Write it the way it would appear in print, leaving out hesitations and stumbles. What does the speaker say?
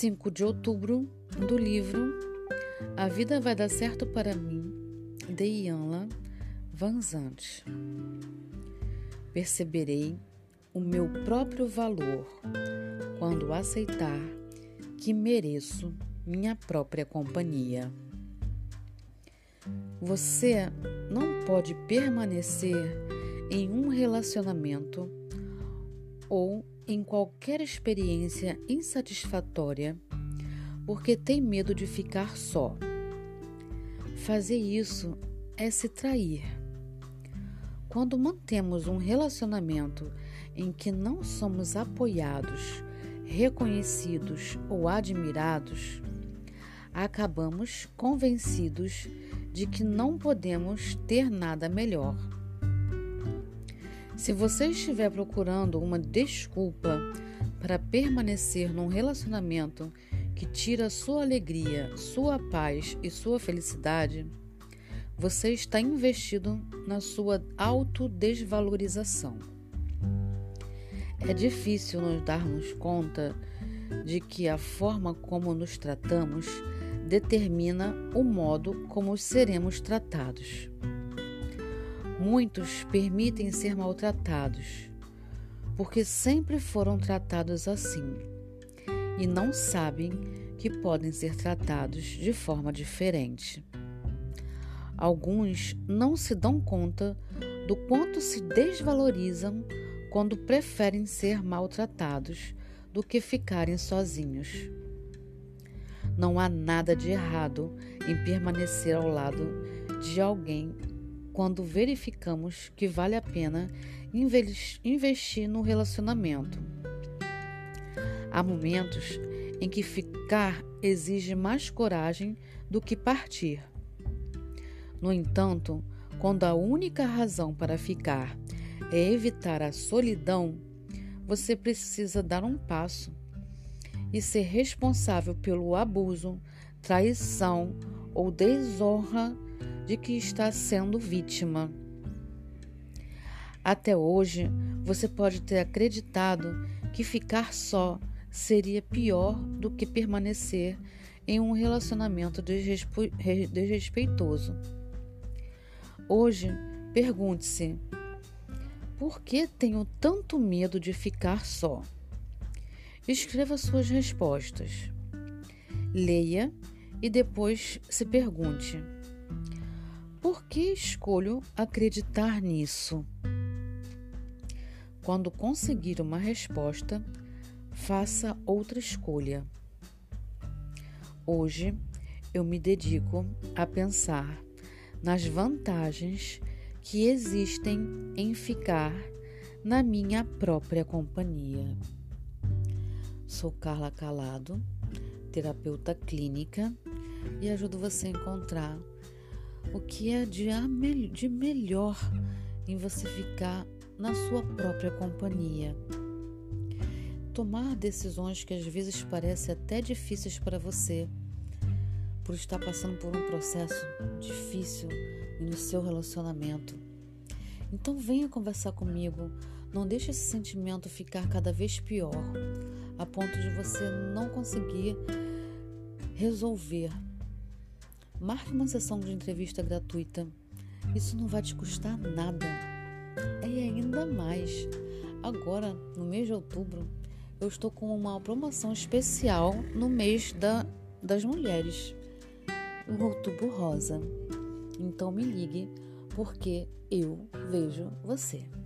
5 de outubro, do livro A Vida Vai Dar Certo para Mim, de Ianla Vanzant. Perceberei o meu próprio valor quando aceitar que mereço minha própria companhia. Você não pode permanecer em um relacionamento ou em qualquer experiência insatisfatória porque tem medo de ficar só. Fazer isso é se trair. Quando mantemos um relacionamento em que não somos apoiados, reconhecidos ou admirados, acabamos convencidos de que não podemos ter nada melhor. Se você estiver procurando uma desculpa para permanecer num relacionamento que tira sua alegria, sua paz e sua felicidade, você está investido na sua autodesvalorização. É difícil nos darmos conta de que a forma como nos tratamos determina o modo como seremos tratados. Muitos permitem ser maltratados, porque sempre foram tratados assim, e não sabem que podem ser tratados de forma diferente. Alguns não se dão conta do quanto se desvalorizam quando preferem ser maltratados do que ficarem sozinhos. Não há nada de errado em permanecer ao lado de alguém quando verificamos que vale a pena investir no relacionamento. Há momentos em que ficar exige mais coragem do que partir. No entanto, quando a única razão para ficar é evitar a solidão, você precisa dar um passo e ser responsável pelo abuso, traição ou desonra de que está sendo vítima. Até hoje, você pode ter acreditado que ficar só seria pior do que permanecer em um relacionamento desrespeitoso. Hoje, pergunte-se: por que tenho tanto medo de ficar só? Escreva suas respostas. Leia e depois se pergunte: por que escolho acreditar nisso? Quando conseguir uma resposta, faça outra escolha. Hoje, eu me dedico a pensar nas vantagens que existem em ficar na minha própria companhia. Sou Carla Calado, terapeuta clínica, e ajudo você a encontrar o que é de melhor em você ficar na sua própria companhia. Tomar decisões que às vezes parecem até difíceis para você, por estar passando por um processo difícil no seu relacionamento. Então venha conversar comigo, não deixe esse sentimento ficar cada vez pior, a ponto de você não conseguir resolver. Marque uma sessão de entrevista gratuita. Isso não vai te custar nada. E ainda mais, agora, no mês de outubro, eu estou com uma promoção especial no mês das mulheres, o Outubro Rosa. Então me ligue, porque eu vejo você.